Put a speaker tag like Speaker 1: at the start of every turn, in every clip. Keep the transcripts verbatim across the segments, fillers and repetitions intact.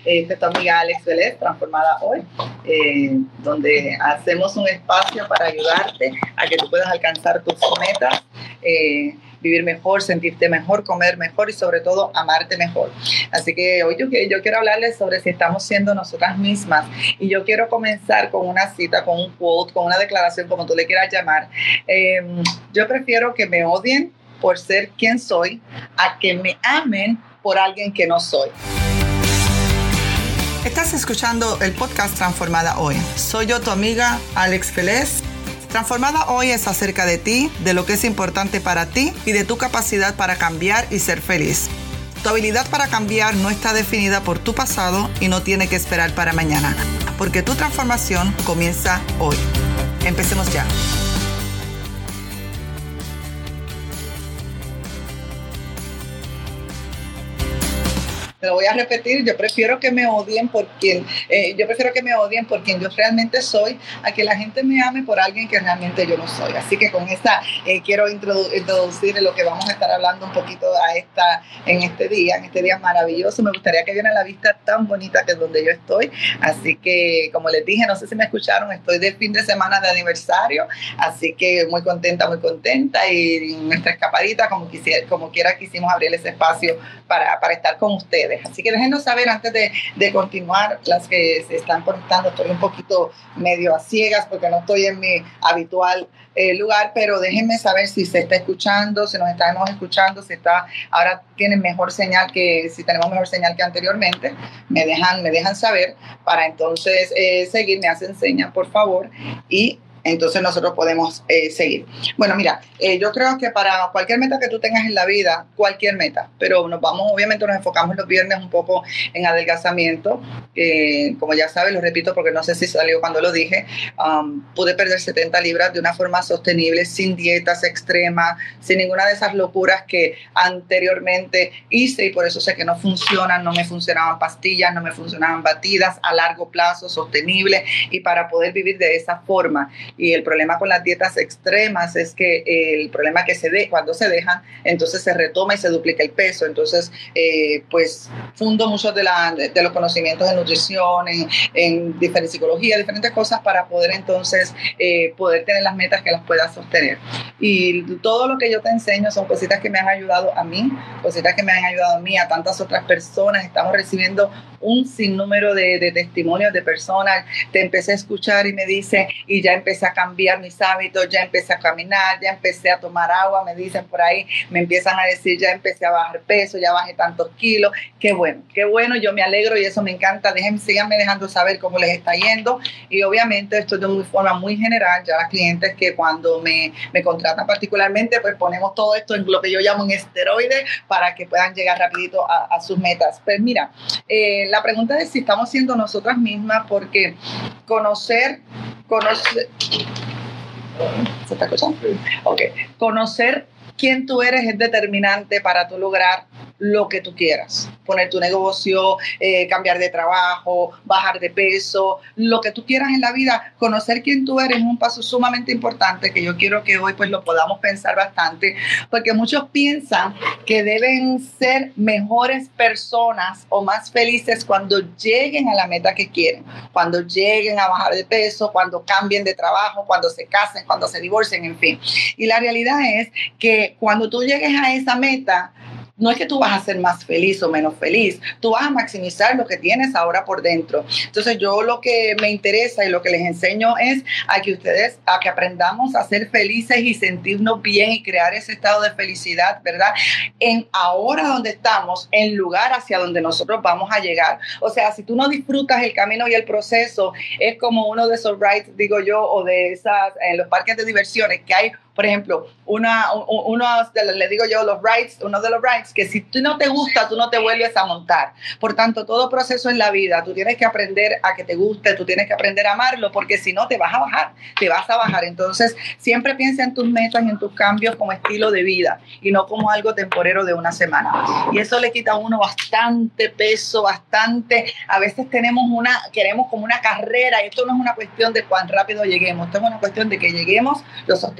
Speaker 1: Esta es tu amiga Alex Vélez, Transformada Hoy, eh, donde hacemos un espacio para ayudarte a que tú puedas alcanzar tus metas, eh, vivir mejor, sentirte mejor, comer mejor y sobre todo amarte mejor. Así que hoy yo, yo quiero hablarles sobre si estamos siendo nosotras mismas, y yo quiero comenzar con una cita, con un quote, con una declaración, como tú le quieras llamar. Eh, yo prefiero que me odien por ser quien soy a que me amen por alguien que no soy. Estás escuchando el podcast Transformada Hoy. Soy yo, tu amiga Alex Vélez. Transformada Hoy es acerca de ti, de lo que es importante para ti y de tu capacidad para cambiar y ser feliz. Tu habilidad para cambiar no está definida por tu pasado y no tiene que esperar para mañana, porque tu transformación comienza hoy. Empecemos ya. Te lo voy a repetir, yo prefiero que me odien por quien, eh, yo prefiero que me odien por quien yo realmente soy, a que la gente me ame por alguien que realmente yo no soy. Así que con esta eh, quiero introdu- introducir lo que vamos a estar hablando un poquito a esta, en este día, en este día maravilloso. Me gustaría que vieran la vista tan bonita que es donde yo estoy. Así que, como les dije, no sé si me escucharon, estoy de fin de semana de aniversario, así que muy contenta, muy contenta, y nuestra escapadita, como, quisiera, como quiera, quisimos abrir ese espacio para, para estar con ustedes. Así que déjenos saber antes de, de continuar, las que se están conectando. Estoy un poquito medio a ciegas porque no estoy en mi habitual eh, lugar, pero déjenme saber si se está escuchando, si nos estamos escuchando, si está, ahora tienen mejor señal que, si tenemos mejor señal que anteriormente. Me dejan, me dejan saber para entonces eh, seguir, me hacen señas, por favor, y entonces nosotros podemos eh, seguir. Bueno, mira, eh, yo creo que para cualquier meta que tú tengas en la vida, cualquier meta, pero nos vamos, obviamente nos enfocamos los viernes un poco en adelgazamiento. Eh, como ya sabes, lo repito porque no sé si salió cuando lo dije, um, pude perder setenta libras de una forma sostenible, sin dietas extremas, sin ninguna de esas locuras que anteriormente hice, y por eso sé que no funcionan, no me funcionaban pastillas, no me funcionaban batidas a largo plazo, sostenible, y para poder vivir de esa forma. Y el problema con las dietas extremas es que el problema que se de, cuando se dejan, entonces se retoma y se duplica el peso. Entonces, eh, pues fundo muchos de, la, de, de los conocimientos de nutrición, en, en diferente psicología, diferentes cosas para poder entonces eh, poder tener las metas que las puedas sostener. Y todo lo que yo te enseño son cositas que me han ayudado a mí, cositas que me han ayudado a mí, a tantas otras personas. Estamos recibiendo un sinnúmero de, de testimonios de personas. Te empecé a escuchar y me dice, y ya empecé a cambiar mis hábitos, ya empecé a caminar, ya empecé a tomar agua, me dicen por ahí, me empiezan a decir, ya empecé a bajar peso, ya bajé tantos kilos. Qué bueno, qué bueno, yo me alegro y eso me encanta. Déjenme, síganme dejando saber cómo les está yendo, y obviamente esto es de una forma muy general. Ya las clientes que cuando me, me contratan particularmente, pues ponemos todo esto en lo que yo llamo un esteroide para que puedan llegar rapidito a, a sus metas. Pues mira, eh, la pregunta es si estamos siendo nosotras mismas, porque conocer, conocer, ¿se está escuchando? Ok, conocer quién tú eres es determinante para tú lograr lo que tú quieras. Poner tu negocio, eh, cambiar de trabajo, bajar de peso, lo que tú quieras en la vida. Conocer quién tú eres es un paso sumamente importante que yo quiero que hoy pues lo podamos pensar bastante, porque muchos piensan que deben ser mejores personas o más felices cuando lleguen a la meta que quieren, cuando lleguen a bajar de peso, cuando cambien de trabajo, cuando se casen, cuando se divorcien, en fin. Y la realidad es que cuando tú llegues a esa meta, no es que tú vas a ser más feliz o menos feliz, tú vas a maximizar lo que tienes ahora por dentro. Entonces yo lo que me interesa y lo que les enseño es a que ustedes, a que aprendamos a ser felices y sentirnos bien y crear ese estado de felicidad, ¿verdad? En ahora donde estamos, en lugar hacia donde nosotros vamos a llegar. O sea, si tú no disfrutas el camino y el proceso, es como uno de esos rides, digo yo, o de esas, en los parques de diversiones que hay. Por ejemplo, una, uno de, le digo yo, los rides, uno de los rides que si tú no te gusta, tú no te vuelves a montar. Por tanto, todo proceso en la vida, tú tienes que aprender a que te guste, tú tienes que aprender a amarlo, porque si no te vas a bajar, te vas a bajar. Entonces, siempre piensa en tus metas y en tus cambios como estilo de vida y no como algo temporero de una semana. Y eso le quita a uno bastante peso, bastante. A veces tenemos una, queremos como una carrera, y esto no es una cuestión de cuán rápido lleguemos, esto es una cuestión de que lleguemos, lo sostengamos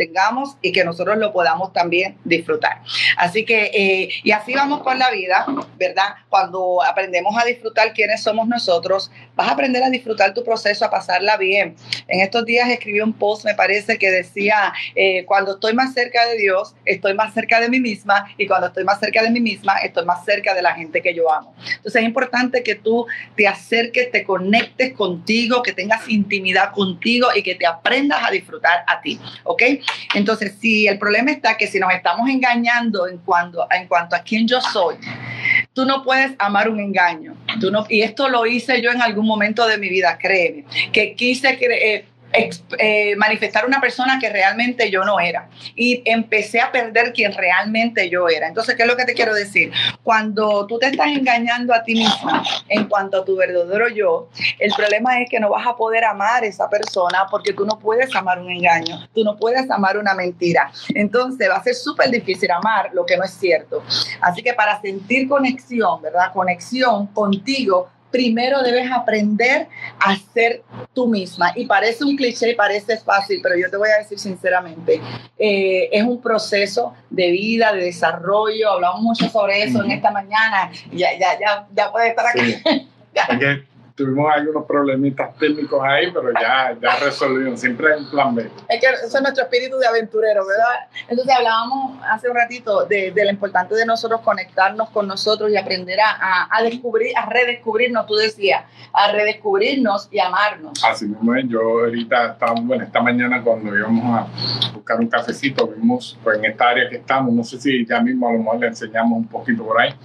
Speaker 1: amemos y que nosotros lo podamos también disfrutar. Así que, eh, y así vamos con la vida, ¿verdad? Cuando aprendemos a disfrutar quiénes somos nosotros, vas a aprender a disfrutar tu proceso, a pasarla bien. En estos días escribí un post, me parece, que decía, eh, cuando estoy más cerca de Dios, estoy más cerca de mí misma, y cuando estoy más cerca de mí misma, estoy más cerca de la gente que yo amo. Entonces es importante que tú te acerques, te conectes contigo, que tengas intimidad contigo y que te aprendas a disfrutar a ti, ¿ok? Entonces, si el problema está que si nos estamos engañando en cuanto, en cuanto a quién yo soy, tú no puedes amar un engaño. Tú no, y esto lo hice yo en algún momento de mi vida, créeme, que quise creer. Ex, eh, manifestar una persona que realmente yo no era, y empecé a perder quien realmente yo era. Entonces, ¿qué es lo que te quiero decir? Cuando tú te estás engañando a ti misma en cuanto a tu verdadero yo, el problema es que no vas a poder amar a esa persona, porque tú no puedes amar un engaño, tú no puedes amar una mentira. Entonces va a ser súper difícil amar lo que no es cierto. Así que para sentir conexión, ¿verdad? Conexión contigo, primero debes aprender a ser tú misma. Y parece un cliché y parece fácil, pero yo te voy a decir sinceramente, eh, es un proceso de vida, de desarrollo. Hablamos mucho sobre eso uh-huh. en esta mañana. Ya, ya, ya, ya puedes estar aquí.
Speaker 2: Sí. Okay. Tuvimos algunos problemitas técnicos ahí, pero ya, ya resolvimos. Siempre hay un plan B.
Speaker 1: Es que eso es nuestro espíritu de aventurero, ¿verdad? Entonces hablábamos hace un ratito de, de lo importante de nosotros conectarnos con nosotros y aprender a, a, a descubrir, a redescubrirnos, tú decías, a redescubrirnos y amarnos.
Speaker 2: Así mismo es. Yo ahorita, estaba, bueno, esta mañana cuando íbamos a buscar un cafecito, vimos pues, en esta área que estamos, no sé si ya mismo a lo mejor le enseñamos un poquito por ahí,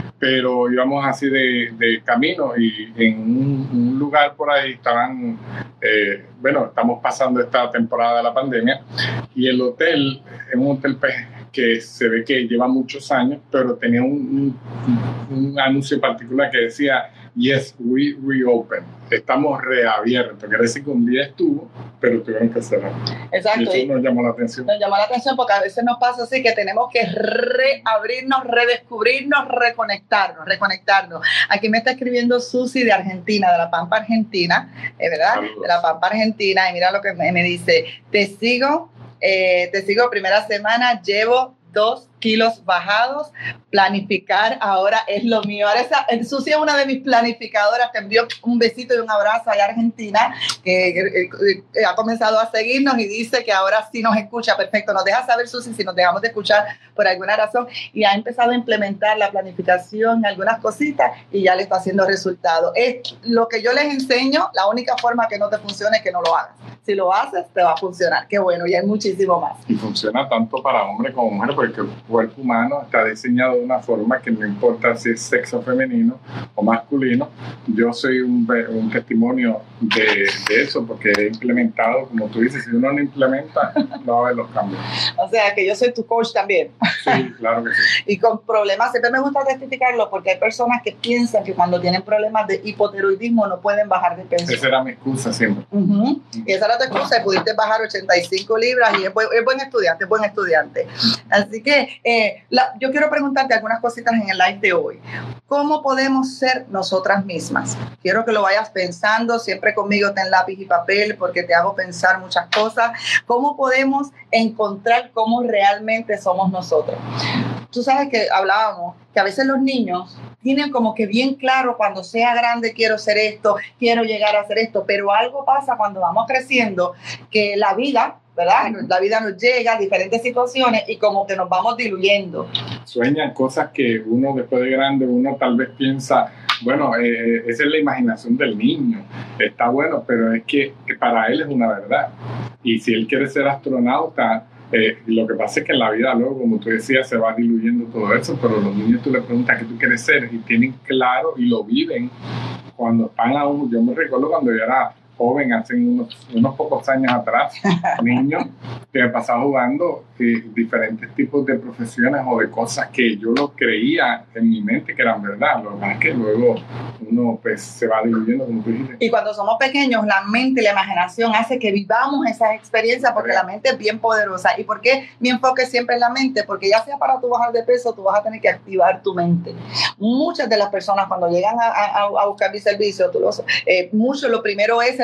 Speaker 2: pero íbamos así de, de camino y en un, un lugar por ahí estaban, eh, bueno, estamos pasando esta temporada de la pandemia y el hotel es un hotel pues, que se ve que lleva muchos años, pero tenía un, un, un anuncio particular que decía yes, we reopen, estamos reabiertos, quiere decir que un día estuvo, pero tuvieron que cerrar.
Speaker 1: Exacto.
Speaker 2: Y eso nos llamó la atención.
Speaker 1: Nos llamó la atención porque a veces nos pasa así que tenemos que reabrirnos, redescubrirnos, reconectarnos, reconectarnos. Aquí me está escribiendo Susi de Argentina, de La Pampa, Argentina, ¿eh, ¿verdad? Saludos. De La Pampa, Argentina, y mira lo que me, me dice, te sigo, eh, te sigo primera semana, llevo dos kilos bajados, planificar ahora es lo mío. Ahora esa, Susi es una de mis planificadoras, te envío un besito y un abrazo allá a Argentina, que, que, que ha comenzado a seguirnos y dice que ahora sí nos escucha. Perfecto, nos deja saber, Susi, si nos dejamos de escuchar por alguna razón, y ha empezado a implementar la planificación, algunas cositas, y ya le está haciendo resultados. Es lo que yo les enseño, la única forma que no te funcione es que no lo hagas. Si lo haces, te va a funcionar. Qué bueno, y hay muchísimo más.
Speaker 2: Y funciona tanto para hombres como mujeres, porque el cuerpo humano está diseñado de una forma que no importa si es sexo femenino o masculino. Yo soy un, un testimonio de, de eso, porque he implementado, como tú dices, si uno no implementa, no va a haber los cambios.
Speaker 1: O sea, que yo soy tu coach también.
Speaker 2: Sí, claro que sí.
Speaker 1: Y con problemas, siempre me gusta testificarlo, porque hay personas que piensan que cuando tienen problemas de hipotiroidismo no pueden bajar de peso.
Speaker 2: Esa era mi excusa siempre.
Speaker 1: Uh-huh. Uh-huh. Y esa era tu excusa, y pudiste bajar ochenta y cinco libras, y es buen, es buen estudiante, es buen estudiante. Así que eh, la, yo quiero preguntarte algunas cositas en el live de hoy. ¿Cómo podemos ser nosotras mismas? Quiero que lo vayas pensando, siempre conmigo ten lápiz y papel, porque te hago pensar muchas cosas. ¿Cómo podemos encontrar cómo realmente somos nosotros? Tú sabes que hablábamos que a veces los niños tienen como que bien claro, cuando sea grande quiero ser esto, quiero llegar a hacer esto, pero algo pasa cuando vamos creciendo, que la vida, ¿verdad? La vida nos llega a diferentes situaciones y como que nos vamos diluyendo.
Speaker 2: Sueñan cosas que uno después de grande, uno tal vez piensa, bueno, eh, esa es la imaginación del niño, está bueno, pero es que, que para él es una verdad. Y si él quiere ser astronauta, Eh, lo que pasa es que en la vida luego, como tú decías, se va diluyendo todo eso, pero los niños tú le preguntas qué tú quieres ser y tienen claro y lo viven cuando están aún. Yo me recuerdo cuando yo era joven, hace unos, unos pocos años atrás, niño que me pasaba jugando eh, diferentes tipos de profesiones o de cosas que yo lo creía en mi mente que eran verdad. Lo que pasa es que luego uno pues se va diluyendo, como tú dijiste.
Speaker 1: Y cuando somos pequeños, la mente y la imaginación hace que vivamos esas experiencias, porque la mente es bien poderosa. ¿Y por qué mi enfoque siempre es la mente? Porque ya sea para tú bajar de peso, tú vas a tener que activar tu mente. Muchas de las personas cuando llegan a, a, a buscar mi servicio, tú lo, eh, mucho lo primero es el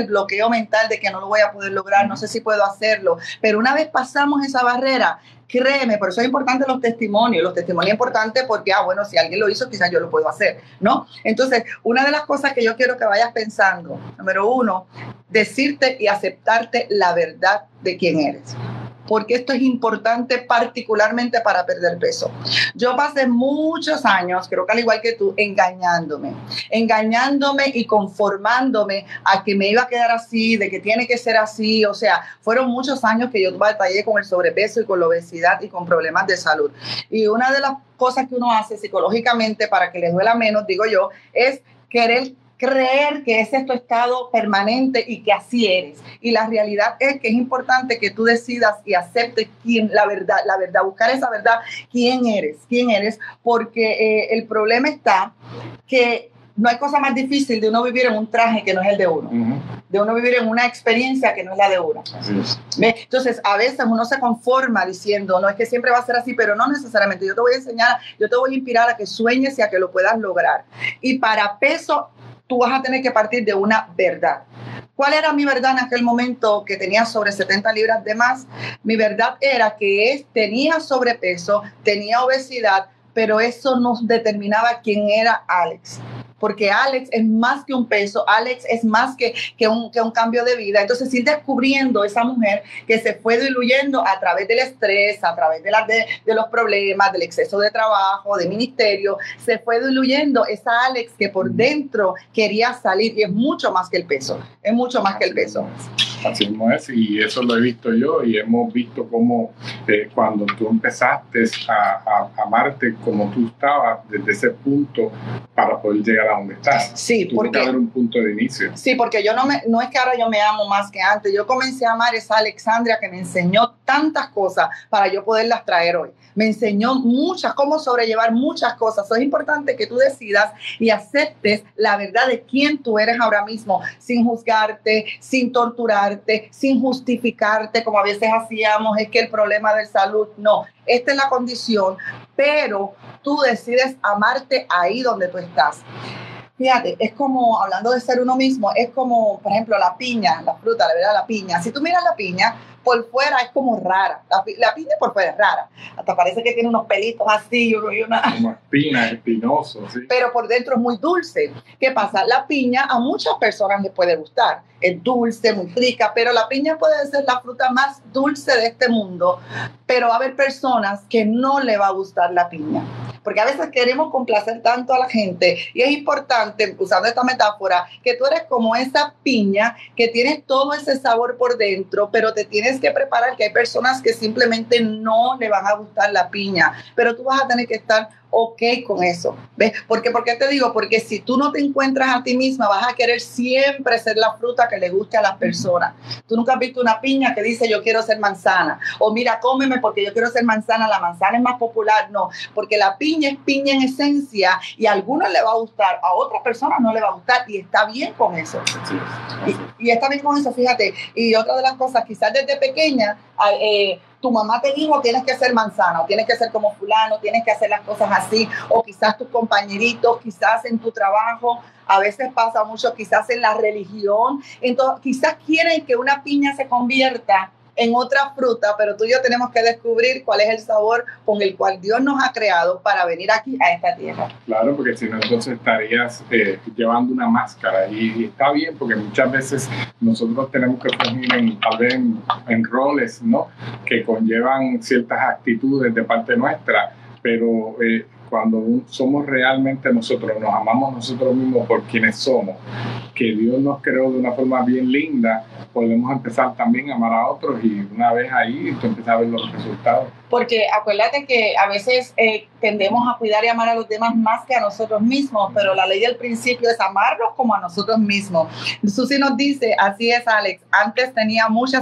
Speaker 1: bloqueo mental de que no lo voy a poder lograr, no sé si puedo hacerlo, pero una vez pasamos esa barrera, créeme, por eso es importante los testimonios, los testimonios importantes porque, ah, bueno, si alguien lo hizo, quizás yo lo puedo hacer, ¿no? Entonces, una de las cosas que yo quiero que vayas pensando, número uno, decirte y aceptarte la verdad de quién eres. Porque esto es importante particularmente para perder peso. Yo pasé muchos años, creo que al igual que tú, engañándome, engañándome y conformándome a que me iba a quedar así, de que tiene que ser así. O sea, fueron muchos años que yo batallé con el sobrepeso y con la obesidad y con problemas de salud. Y una de las cosas que uno hace psicológicamente para que les duela menos, digo yo, es querer creer que ese es tu estado permanente y que así eres. Y la realidad es que es importante que tú decidas y aceptes quién, la verdad, la verdad, buscar esa verdad, quién eres, quién eres, porque eh, el problema está que no hay cosa más difícil de uno vivir en un traje que no es el de uno, uh-huh. de uno vivir en una experiencia que no es la de uno.
Speaker 2: Así es.
Speaker 1: ¿Ves? Entonces, a veces uno se conforma diciendo, no es que siempre va a ser así, pero no necesariamente. Yo te voy a enseñar, yo te voy a inspirar a que sueñes y a que lo puedas lograr. Y para peso, tú vas a tener que partir de una verdad. ¿Cuál era mi verdad en aquel momento que tenía sobre setenta libras de más? Mi verdad era que es, tenía sobrepeso, tenía obesidad, pero eso no determinaba quién era Alex. Porque Alex es más que un peso, Alex es más que, que, un, que un cambio de vida. Entonces, ir descubriendo esa mujer que se fue diluyendo a través del estrés, a través de, la, de, de los problemas, del exceso de trabajo, de ministerio, se fue diluyendo esa Alex que por dentro quería salir, y es mucho más que el peso, es mucho más que el peso.
Speaker 2: Así mismo es, y eso lo he visto yo, y hemos visto cómo eh, cuando tú empezaste a, a, a amarte como tú estabas, desde ese punto para poder llegar a donde estás.
Speaker 1: Sí,
Speaker 2: tuvo
Speaker 1: porque,
Speaker 2: que haber un punto de inicio.
Speaker 1: Sí, porque yo no, me, no es que ahora yo me amo más que antes, yo comencé a amar a esa Alexandria que me enseñó tantas cosas para yo poderlas traer hoy. Me enseñó muchas, cómo sobrellevar muchas cosas. Eso es importante que tú decidas y aceptes la verdad de quién tú eres ahora mismo, sin juzgarte, sin torturarte, sin justificarte, como a veces hacíamos, es que el problema de salud, no, esta es la condición, pero tú decides amarte ahí donde tú estás. Fíjate, es como, hablando de ser uno mismo, es como, por ejemplo, la piña, la fruta, la verdad, la piña. Si tú miras la piña, por fuera es como rara. La, la piña por fuera es rara. Hasta parece que tiene unos pelitos así. Y una...
Speaker 2: Como espina, espinoso, sí.
Speaker 1: Pero por dentro es muy dulce. ¿Qué pasa? La piña a muchas personas les puede gustar. Es dulce, muy rica, pero la piña puede ser la fruta más dulce de este mundo. Pero va a haber personas que no le va a gustar la piña. Porque a veces queremos complacer tanto a la gente y es importante, usando esta metáfora, que tú eres como esa piña que tienes todo ese sabor por dentro, pero te tienes que preparar, que hay personas que simplemente no le van a gustar la piña, pero tú vas a tener que estar ok con eso. ¿Ves? Porque, ¿por qué te digo? Porque si tú no te encuentras a ti misma, vas a querer siempre ser la fruta que le guste a las personas. Tú nunca has visto una piña que dice yo quiero ser manzana, o mira, cómeme porque yo quiero ser manzana, la manzana es más popular. No, porque la piña es piña en esencia y a algunos le va a gustar, a otras personas no le va a gustar, y está bien con eso.
Speaker 2: Sí, sí.
Speaker 1: Y, y está bien con eso, fíjate. Y otra de las cosas, quizás desde pequeña, eh, tu mamá te dijo tienes que ser manzana, o tienes que ser como fulano, tienes que hacer las cosas así, o quizás tus compañeritos, quizás en tu trabajo, a veces pasa mucho, quizás en la religión, entonces quizás quieren que una piña se convierta en otra fruta, pero tú y yo tenemos que descubrir cuál es el sabor con el cual Dios nos ha creado para venir aquí a esta tierra.
Speaker 2: Claro, porque si no, entonces estarías eh, llevando una máscara, y, y está bien, porque muchas veces nosotros tenemos que poner en, tal vez en, en roles, ¿no?, que conllevan ciertas actitudes de parte nuestra, pero eh, cuando somos realmente nosotros, nos amamos nosotros mismos por quienes somos, que Dios nos creó de una forma bien linda, podemos empezar también a amar a otros, y una vez ahí tú empiezas a ver los resultados. Porque
Speaker 1: acuérdate que a veces eh, tendemos a cuidar y amar a los demás más que a nosotros mismos, pero la ley del principio es amarlos como a nosotros mismos. Susi nos dice, así es, Alex, antes tenía muchas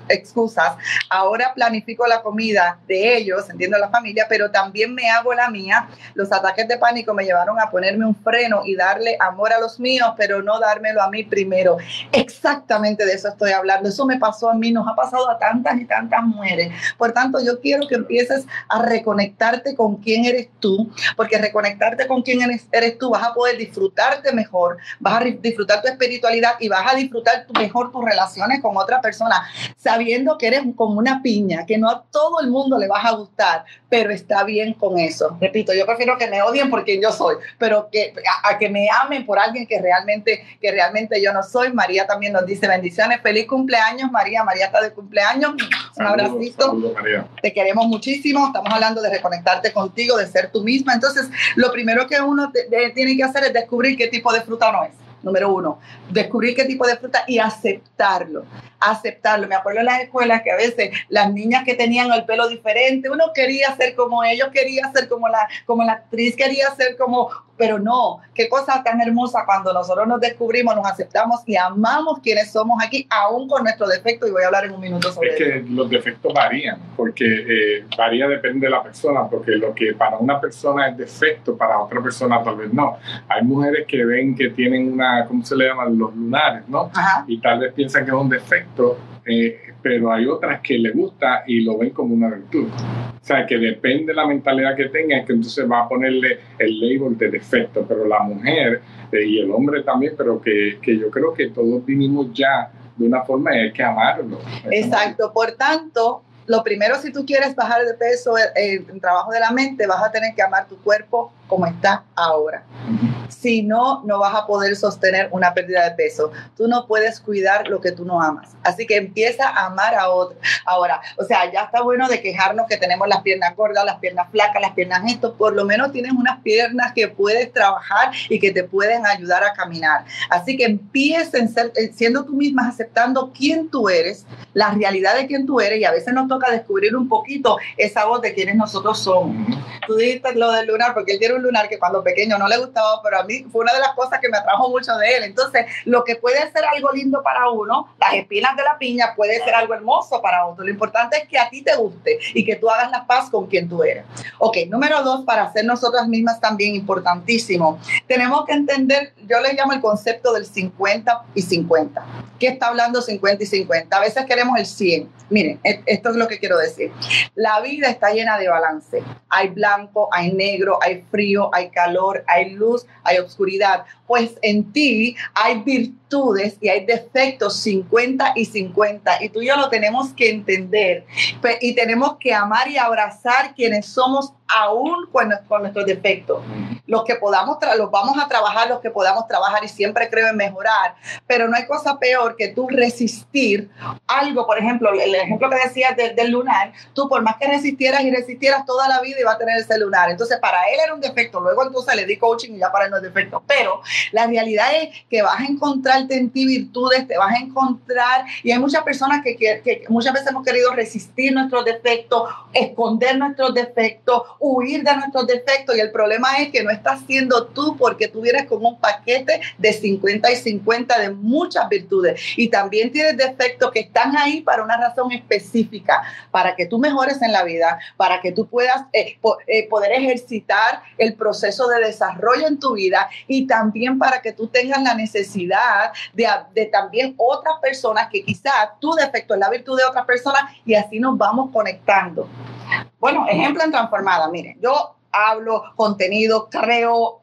Speaker 1: excusas, ahora planifico la comida de ellos, entiendo la familia, pero también me hago la mía. Los ataques de pánico me llevaron a ponerme un freno y darle amor a los míos, pero no dármelo a mí primero. Exactamente de eso estoy hablando. Eso me pasó a mí, nos ha pasado a tantas y tantas mujeres. Por tanto, yo quiero que empieces a reconectarte con quién eres tú, porque reconectarte con quién eres, eres tú, vas a poder disfrutarte mejor, vas a disfrutar tu espiritualidad y vas a disfrutar tu, mejor tus relaciones con otra persona, sabiendo que eres como una piña, que no a todo el mundo le vas a gustar, pero está bien con eso. Repito, yo prefiero que me odien por quien yo soy, pero que, a, a que me amen por alguien que realmente, que realmente yo no soy. María también nos dice bendiciones, feliz cumpleaños María, María está de cumpleaños, un abracito, saludos, María. Te queremos muchísimo, estamos hablando de reconectarte contigo, de ser tú misma. Entonces, lo primero que uno te, de, tiene que hacer es descubrir qué tipo de fruta no es. Número uno, descubrir qué tipo de fruta y aceptarlo, aceptarlo. Me acuerdo en las escuelas que a veces las niñas que tenían el pelo diferente, uno quería ser como ellos, quería ser como la, como la actriz, quería ser como, pero no, qué cosa tan hermosa cuando nosotros nos descubrimos, nos aceptamos y amamos quienes somos aquí, aún con nuestro defecto, y voy a hablar en un minuto sobre eso. Es
Speaker 2: que los defectos varían, porque eh, varía depende de la persona, porque lo que para una persona es defecto, para otra persona tal vez no. Hay mujeres que ven que tienen una, ¿cómo se le llaman? Los lunares, ¿no? Ajá. Y tal vez piensan que es un defecto, eh, pero hay otras que les gusta y lo ven como una virtud. O sea, que depende de la mentalidad que tengan, que entonces va a ponerle el label de defecto, pero la mujer eh, y el hombre también, pero que, que yo creo que todos vinimos ya de una forma y hay que amarlo.
Speaker 1: Exacto, por tanto, lo primero, si tú quieres bajar de peso, el, el trabajo de la mente, vas a tener que amar tu cuerpo como está ahora. Uh-huh. Si no, no vas a poder sostener una pérdida de peso. Tú no puedes cuidar lo que tú no amas. Así que empieza a amar a otro. Ahora, o sea, ya está bueno de quejarnos que tenemos las piernas gordas, las piernas flacas, las piernas esto. Por lo menos tienes unas piernas que puedes trabajar y que te pueden ayudar a caminar. Así que empiecen ser, siendo tú misma, aceptando quién tú eres, la realidad de quién tú eres, y a veces nos toca descubrir un poquito esa voz de quienes nosotros somos. Uh-huh. Tú dijiste lo del lunar, porque él tiene un lunar que cuando pequeño no le gustaba, pero a mí fue una de las cosas que me atrajo mucho de él. Entonces, lo que puede ser algo lindo para uno, las espinas de la piña, puede ser algo hermoso para otro. Lo importante es que a ti te guste y que tú hagas la paz con quien tú eres. Ok, número dos, para ser nosotras mismas también importantísimo. Tenemos que entender, yo le llamo el concepto del cincuenta y cincuenta. ¿Qué está hablando cincuenta y cincuenta? A veces queremos el cien. Miren, esto es lo que quiero decir. La vida está llena de balance. Hay blanco, hay negro, hay frío, hay calor, hay luz, hay oscuridad. Pues en ti hay virtudes y hay defectos cincuenta y cincuenta. Y tú y yo lo tenemos que entender. Y tenemos que amar y abrazar quienes somos aún con, con nuestros defectos. Los que podamos, tra- los vamos a trabajar, los que podamos trabajar, y siempre creo en mejorar. Pero no hay cosa peor que tú resistir algo. Por ejemplo, el ejemplo que decías de, del lunar, tú por más que resistieras y resistieras toda la vida iba a tener ese lunar. Entonces para él era un defecto. Luego entonces le di coaching y ya para él no es defecto. Pero la realidad es que vas a encontrarte en ti virtudes, te vas a encontrar, y hay muchas personas que, que, que muchas veces hemos querido resistir nuestros defectos, esconder nuestros defectos, huir de nuestros defectos, y el problema es que no estás siendo tú, porque tú vienes con un paquete de cincuenta y cincuenta de muchas virtudes, y también tienes defectos que están ahí para una razón específica, para que tú mejores en la vida, para que tú puedas eh, po- eh, poder ejercitar el proceso de desarrollo en tu vida, y también para que tú tengas la necesidad de, de también otras personas que quizás tu defecto es la virtud de otras personas, y así nos vamos conectando. Bueno, ejemplo en Transformada, miren, yo hablo contenido, creo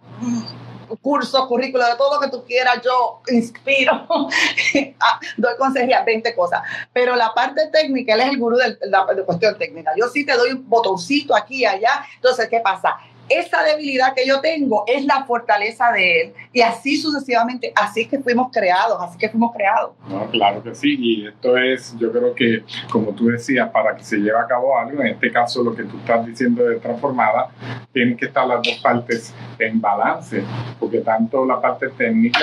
Speaker 1: cursos, currículos, de todo lo que tú quieras, yo inspiro, doy consejería, veinte cosas, pero la parte técnica, él es el gurú de la de cuestión técnica. Yo sí te doy un botoncito aquí y allá. Entonces, ¿qué pasa? Esa debilidad que yo tengo es la fortaleza de él, y así sucesivamente. Así es que fuimos creados, así que fuimos creados.
Speaker 2: No, claro que sí, y esto es, yo creo que, como tú decías, para que se lleve a cabo algo, en este caso lo que tú estás diciendo de Transformada, tienen que estar las dos partes en balance, porque tanto la parte técnica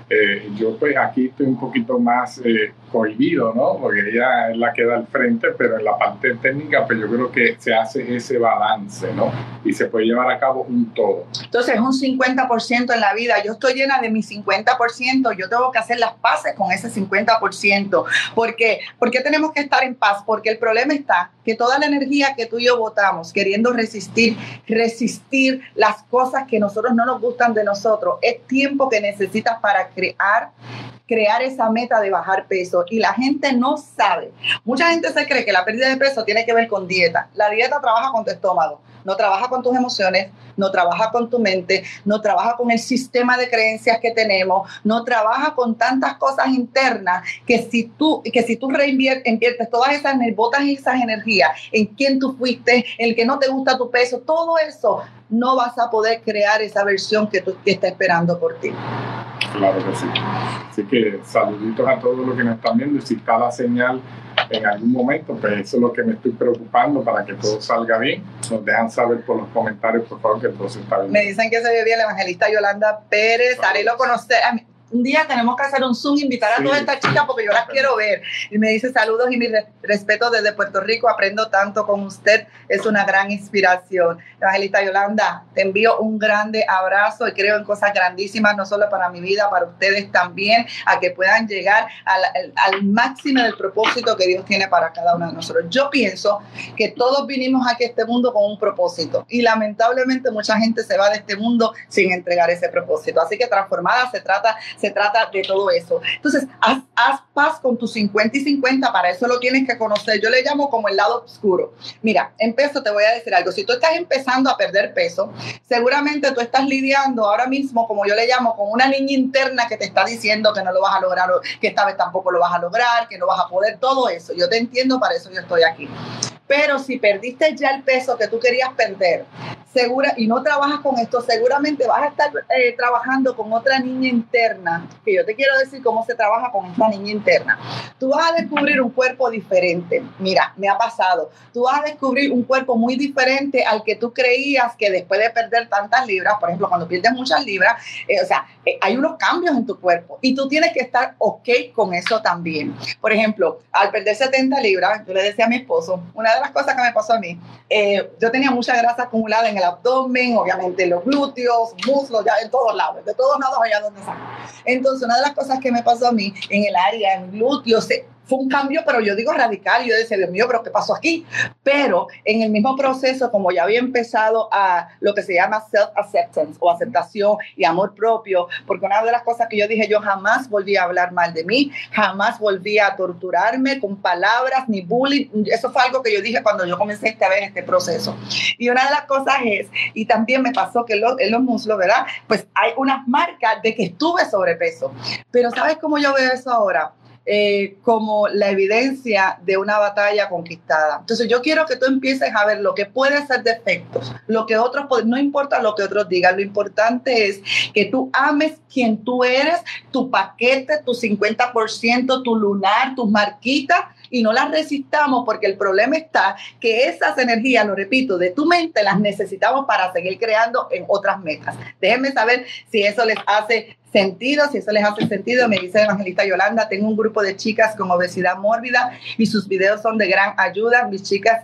Speaker 2: Eh, yo pues aquí estoy un poquito más eh, cohibido, ¿no? Porque ella es la que da al frente, pero en la parte técnica pues yo creo que se hace ese balance, ¿no? Y se puede llevar a cabo un todo.
Speaker 1: Entonces un cincuenta por ciento en la vida, yo estoy llena de mi cincuenta por ciento, yo tengo que hacer las paces con ese cincuenta por ciento. ¿Por qué? ¿Por qué tenemos que estar en paz? Porque el problema está que toda la energía que tú y yo botamos queriendo resistir, resistir las cosas que nosotros no nos gustan de nosotros, es tiempo que necesitas para crear crear esa meta de bajar peso, y la gente no sabe. Mucha gente se cree que la pérdida de peso tiene que ver con dieta. La dieta trabaja con tu estómago, no trabaja con tus emociones, no trabaja con tu mente, no trabaja con el sistema de creencias que tenemos, no trabaja con tantas cosas internas que si tú, que si tú reinviertes todas esas, botas esas energías en quién tú fuiste, el que no te gusta tu peso, todo eso, no vas a poder crear esa versión que tú que está esperando por ti.
Speaker 2: Claro que sí. Así que saluditos a todos los que nos están viendo, y si está la señal en algún momento, pues eso es lo que me estoy preocupando para que todo salga bien. Nos dejan saber por los comentarios, por favor, que todo se está bien.
Speaker 1: Me dicen que se ve bien la evangelista Yolanda Pérez. Haré lo conocer. Un día tenemos que hacer un Zoom, invitar a sí. todas estas chicas porque yo las quiero ver. Y me dice saludos y mi re- respeto desde Puerto Rico. Aprendo tanto con usted. Es una gran inspiración. Evangelista Yolanda, te envío un grande abrazo y creo en cosas grandísimas, no solo para mi vida, para ustedes también, a que puedan llegar al, al, al máximo del propósito que Dios tiene para cada uno de nosotros. Yo pienso que todos vinimos aquí a este mundo con un propósito y lamentablemente mucha gente se va de este mundo sin entregar ese propósito. Así que Transformada se trata Se trata de todo eso. Entonces, haz, haz paz con tus cincuenta y cincuenta, para eso lo tienes que conocer. Yo le llamo como el lado oscuro. Mira, empiezo, te voy a decir algo. Si tú estás empezando a perder peso, seguramente tú estás lidiando ahora mismo, como yo le llamo, con una niña interna que te está diciendo que no lo vas a lograr, o que esta vez tampoco lo vas a lograr, que no vas a poder, todo eso. Yo te entiendo, para eso yo estoy aquí. Pero si perdiste ya el peso que tú querías perder, segura, y no trabajas con esto, seguramente vas a estar eh, trabajando con otra niña interna, que yo te quiero decir cómo se trabaja con esta niña interna. Tú vas a descubrir un cuerpo diferente. Mira, me ha pasado. Tú vas a descubrir un cuerpo muy diferente al que tú creías que después de perder tantas libras, por ejemplo, cuando pierdes muchas libras, eh, o sea, eh, hay unos cambios en tu cuerpo y tú tienes que estar ok con eso también. Por ejemplo, al perder setenta libras, yo le decía a mi esposo, una de las cosas que me pasó a mí, eh, yo tenía mucha grasa acumulada en el abdomen, obviamente en los glúteos, muslos, ya en todos lados, de todos lados allá donde salgo. Entonces, una de las cosas que me pasó a mí en el área, en glúteos, se, fue un cambio, pero yo digo radical. Yo decía, Dios mío, ¿pero qué pasó aquí? Pero en el mismo proceso, como ya había empezado a lo que se llama self-acceptance o aceptación y amor propio, porque una de las cosas que yo dije, yo jamás volví a hablar mal de mí, jamás volví a torturarme con palabras ni bullying. Eso fue algo que yo dije cuando yo comencé esta vez este proceso. Y una de las cosas es, y también me pasó que en los, en los muslos, ¿verdad? Pues hay unas marcas de que estuve sobrepeso. Pero ¿sabes cómo yo veo eso ahora? Eh, como la evidencia de una batalla conquistada. Entonces yo quiero que tú empieces a ver lo que puede ser defectos, lo que otros, no importa lo que otros digan, lo importante es que tú ames quien tú eres, tu paquete, tu cincuenta por ciento, tu lunar, tus marquitas, y no las resistamos, porque el problema está que esas energías, lo repito, de tu mente las necesitamos para seguir creando en otras metas. Déjenme saber si eso les hace sentido, si eso les hace sentido. Me dice Evangelista Yolanda, tengo un grupo de chicas con obesidad mórbida y sus videos son de gran ayuda. Mis chicas,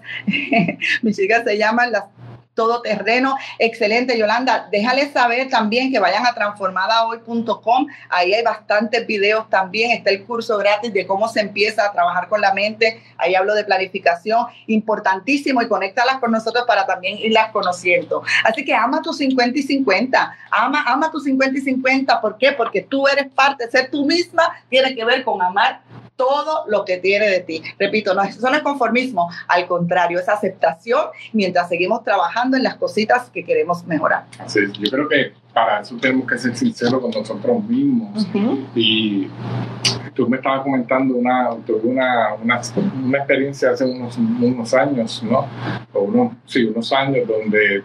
Speaker 1: mis chicas se llaman las Todoterreno. Excelente, Yolanda. Déjales saber también que vayan a transformada hoy punto com. Ahí hay bastantes videos también. Está el curso gratis de cómo se empieza a trabajar con la mente. Ahí hablo de planificación, importantísimo, y conéctalas con nosotros para también irlas conociendo. Así que ama tus cincuenta y cincuenta. Ama, ama tus cincuenta y cincuenta. ¿Por qué? Porque tú eres parte. Ser tú misma tiene que ver con amar todo lo que tiene de ti. Repito, no, eso no es conformismo, al contrario, es aceptación mientras seguimos trabajando en las cositas que queremos mejorar.
Speaker 2: Así es. Yo creo que para eso tenemos que ser sinceros con nosotros mismos. Uh-huh. Y tú me estabas comentando una, una, una, una experiencia hace unos, unos años, ¿no? O unos, sí, unos años donde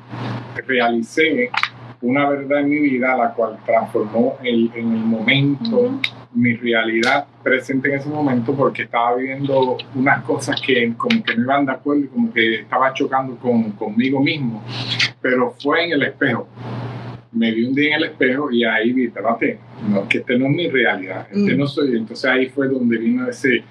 Speaker 2: realicé una verdad en mi vida, la cual transformó el, en el momento, uh-huh, mi realidad presente en ese momento, porque estaba viviendo unas cosas que como que no iban de acuerdo y como que estaba chocando con, conmigo mismo, pero fue en el espejo. me vi un día en el espejo y ahí vi, espérate, no, que este no es mi realidad, este mm. no soy. Entonces ahí fue donde vino ese,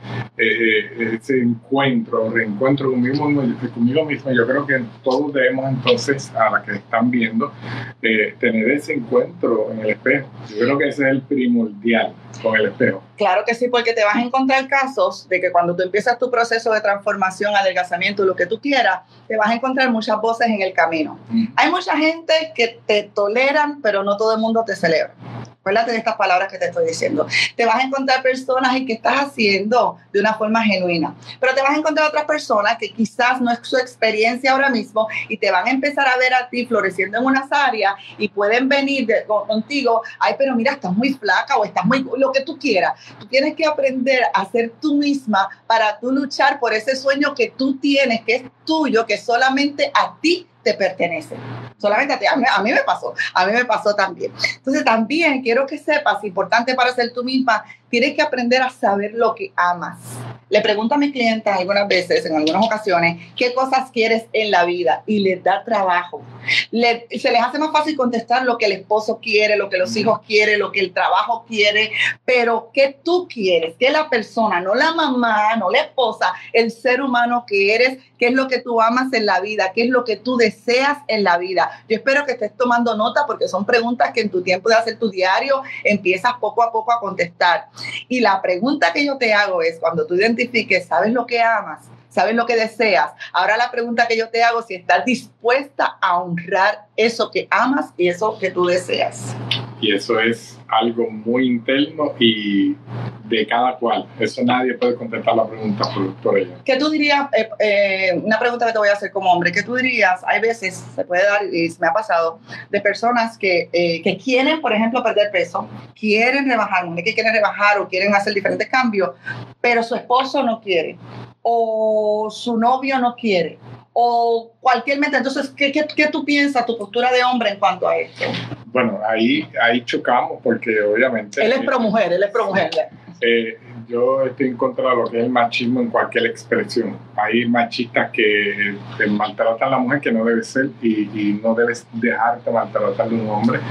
Speaker 2: eh, ese encuentro, reencuentro conmigo mismo, conmigo mismo. Yo creo que todos debemos entonces, a la que están viendo, eh, tener ese encuentro en el espejo. Yo creo que ese es el primordial con el espejo.
Speaker 1: Claro que sí, porque te vas a encontrar casos de que cuando tú empiezas tu proceso de transformación, adelgazamiento, lo que tú quieras, te vas a encontrar muchas voces en el camino. Mm. Hay mucha gente que te toleran, pero no todo el mundo te celebra. Acuérdate de estas palabras que te estoy diciendo. Te vas a encontrar personas y que estás haciendo de una forma genuina, pero te vas a encontrar otras personas que quizás no es su experiencia ahora mismo y te van a empezar a ver a ti floreciendo en unas áreas y pueden venir de, contigo, ay, pero mira, estás muy flaca o estás muy, lo que tú quieras. Tú tienes que aprender a ser tú misma para tú luchar por ese sueño que tú tienes, que es tuyo, que solamente a ti te pertenece. Solamente a ti. A mí, a mí me pasó. A mí me pasó también. Entonces también quiero que sepas, importante para ser tú misma, tienes que aprender a saber lo que amas. Le pregunto a mis clientes algunas veces, en algunas ocasiones, qué cosas quieres en la vida y les da trabajo. Le, se les hace más fácil contestar lo que el esposo quiere, lo que los hijos quieren, lo que el trabajo quiere, pero qué tú quieres, qué la persona, no la mamá, no la esposa, el ser humano que eres, qué es lo que tú amas en la vida, qué es lo que tú deseas en la vida. Yo espero que estés tomando nota porque son preguntas que en tu tiempo de hacer tu diario empiezas poco a poco a contestar. Y la pregunta que yo te hago es, cuando tú identifiques, ¿sabes lo que amas? ¿Sabes lo que deseas? Ahora la pregunta que yo te hago es si estás dispuesta a honrar eso que amas y eso que tú deseas.
Speaker 2: Y eso es algo muy interno y de cada cual. Eso nadie puede contestar la pregunta por, por ella.
Speaker 1: ¿Qué tú dirías? Eh, eh, una pregunta que te voy a hacer como hombre. ¿Qué tú dirías? Hay veces, se puede dar, y me ha pasado, de personas que, eh, que quieren, por ejemplo, perder peso, quieren rebajar, no es que quieren rebajar o quieren hacer diferentes cambios, pero su esposo no quiere, o su novio no quiere, o cualquier meta. Entonces, ¿qué, qué, qué tú piensas, tu postura de hombre en cuanto a esto?
Speaker 2: Bueno, ahí, ahí chocamos porque obviamente...
Speaker 1: Él es pro mujer, él es pro mujer.
Speaker 2: Eh, yo estoy en contra de lo que es el machismo en cualquier expresión. Hay machistas que te maltratan a la mujer, que no debe ser, y, y no debes dejarte maltratar a un hombre.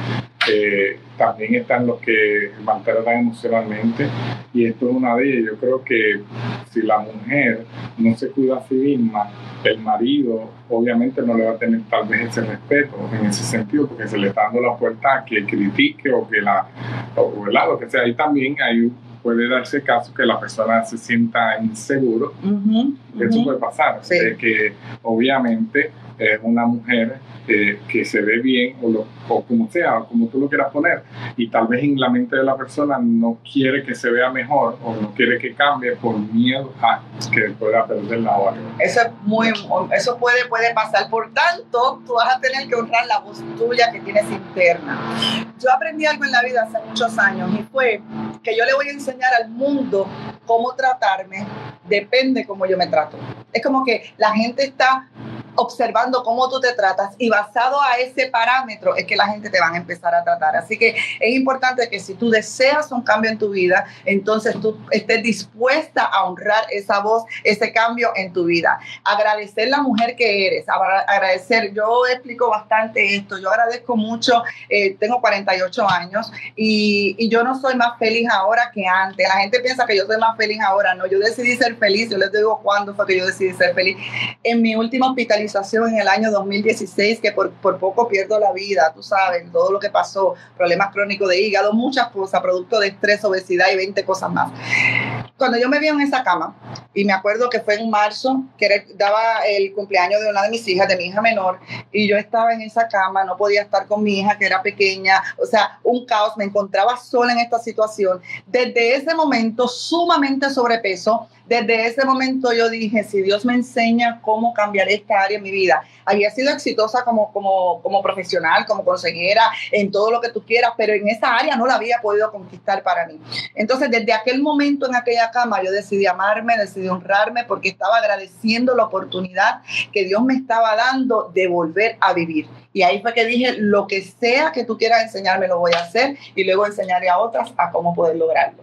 Speaker 2: Eh, también están los que maltratan emocionalmente, y esto es una de ellas. Yo creo que si la mujer no se cuida a sí misma, el marido obviamente no le va a tener tal vez ese respeto en ese sentido, porque se le está dando la puerta a que critique o que la, o, ¿verdad? Lo que sea. Ahí también hay, puede darse caso que la persona se sienta inseguro. Uh-huh, eso uh-huh. puede pasar, sí. De que obviamente es una mujer eh, que se ve bien o, lo, o como sea, o como tú lo quieras poner, y tal vez en la mente de la persona no quiere que se vea mejor o no quiere que cambie por miedo a que pueda perder la hora.
Speaker 1: Eso es muy, eso puede, puede pasar. Por tanto, tú vas a tener que honrar la voz tuya que tienes interna. Yo aprendí algo en la vida hace muchos años, y fue que yo le voy a enseñar al mundo cómo tratarme, depende cómo yo me trato. Es como que la gente está observando cómo tú te tratas, y basado a ese parámetro es que la gente te va a empezar a tratar. Así que es importante que si tú deseas un cambio en tu vida, entonces tú estés dispuesta a honrar esa voz, ese cambio en tu vida. Agradecer la mujer que eres, agradecer. Yo explico bastante esto, yo agradezco mucho, eh, tengo cuarenta y ocho años y, y yo no soy más feliz ahora que antes. La gente piensa que yo soy más feliz ahora. No, yo decidí ser feliz. Yo les digo cuándo fue que yo decidí ser feliz. En mi última hospitalización en el año dos mil dieciséis, que por, por poco pierdo la vida, tú sabes, todo lo que pasó, problemas crónicos de hígado, muchas cosas, producto de estrés, obesidad y veinte cosas más. Cuando yo me vi en esa cama, y me acuerdo que fue en marzo, que era, daba el cumpleaños de una de mis hijas, de mi hija menor, y yo estaba en esa cama, no podía estar con mi hija que era pequeña, o sea, un caos, me encontraba sola en esta situación. Desde ese momento, sumamente sobrepeso. Desde ese momento yo dije, si Dios me enseña cómo cambiar esta área en mi vida. Había sido exitosa como, como, como profesional, como consejera, en todo lo que tú quieras, pero en esa área no la había podido conquistar para mí. Entonces, desde aquel momento en aquella cama, yo decidí amarme, decidí honrarme, porque estaba agradeciendo la oportunidad que Dios me estaba dando de volver a vivir. Y ahí fue que dije, lo que sea que tú quieras enseñarme, lo voy a hacer, y luego enseñaré a otras a cómo poder lograrlo.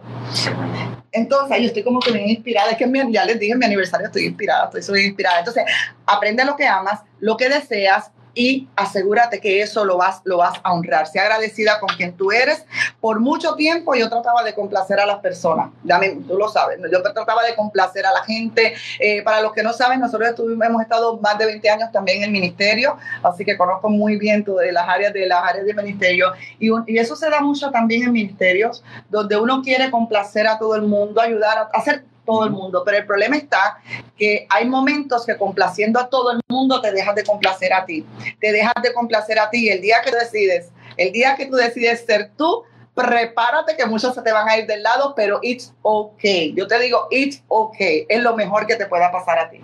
Speaker 1: Entonces, yo estoy como que bien inspirada. Es que mi, ya les dije, en mi aniversario estoy inspirada, estoy súper inspirada. Entonces, aprende lo que amas, lo que deseas, y asegúrate que eso lo vas, lo vas a honrar. Sea agradecida con quien tú eres. Por mucho tiempo yo trataba de complacer a las personas. Dame, tú lo sabes, yo trataba de complacer a la gente. Eh, para los que no saben, nosotros estuvimos, hemos estado más de veinte años también en el ministerio, así que conozco muy bien todas las áreas de las áreas del ministerio. Y, un, y eso se da mucho también en ministerios, donde uno quiere complacer a todo el mundo, ayudar a, a hacer todo el mundo, pero el problema está que hay momentos que complaciendo a todo el mundo te dejas de complacer a ti, te dejas de complacer a ti, y el día que tú decides, el día que tú decides ser tú, prepárate que muchos se te van a ir del lado, pero it's okay. Yo te digo, it's okay, es lo mejor que te pueda pasar a ti.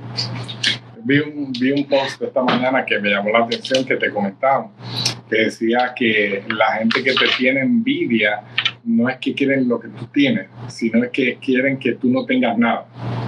Speaker 2: Vi un, vi un post esta mañana que me llamó la atención, que te comentaba, que decía que la gente que te tiene envidia no es que quieren lo que tú tienes, sino es que quieren que tú no tengas nada.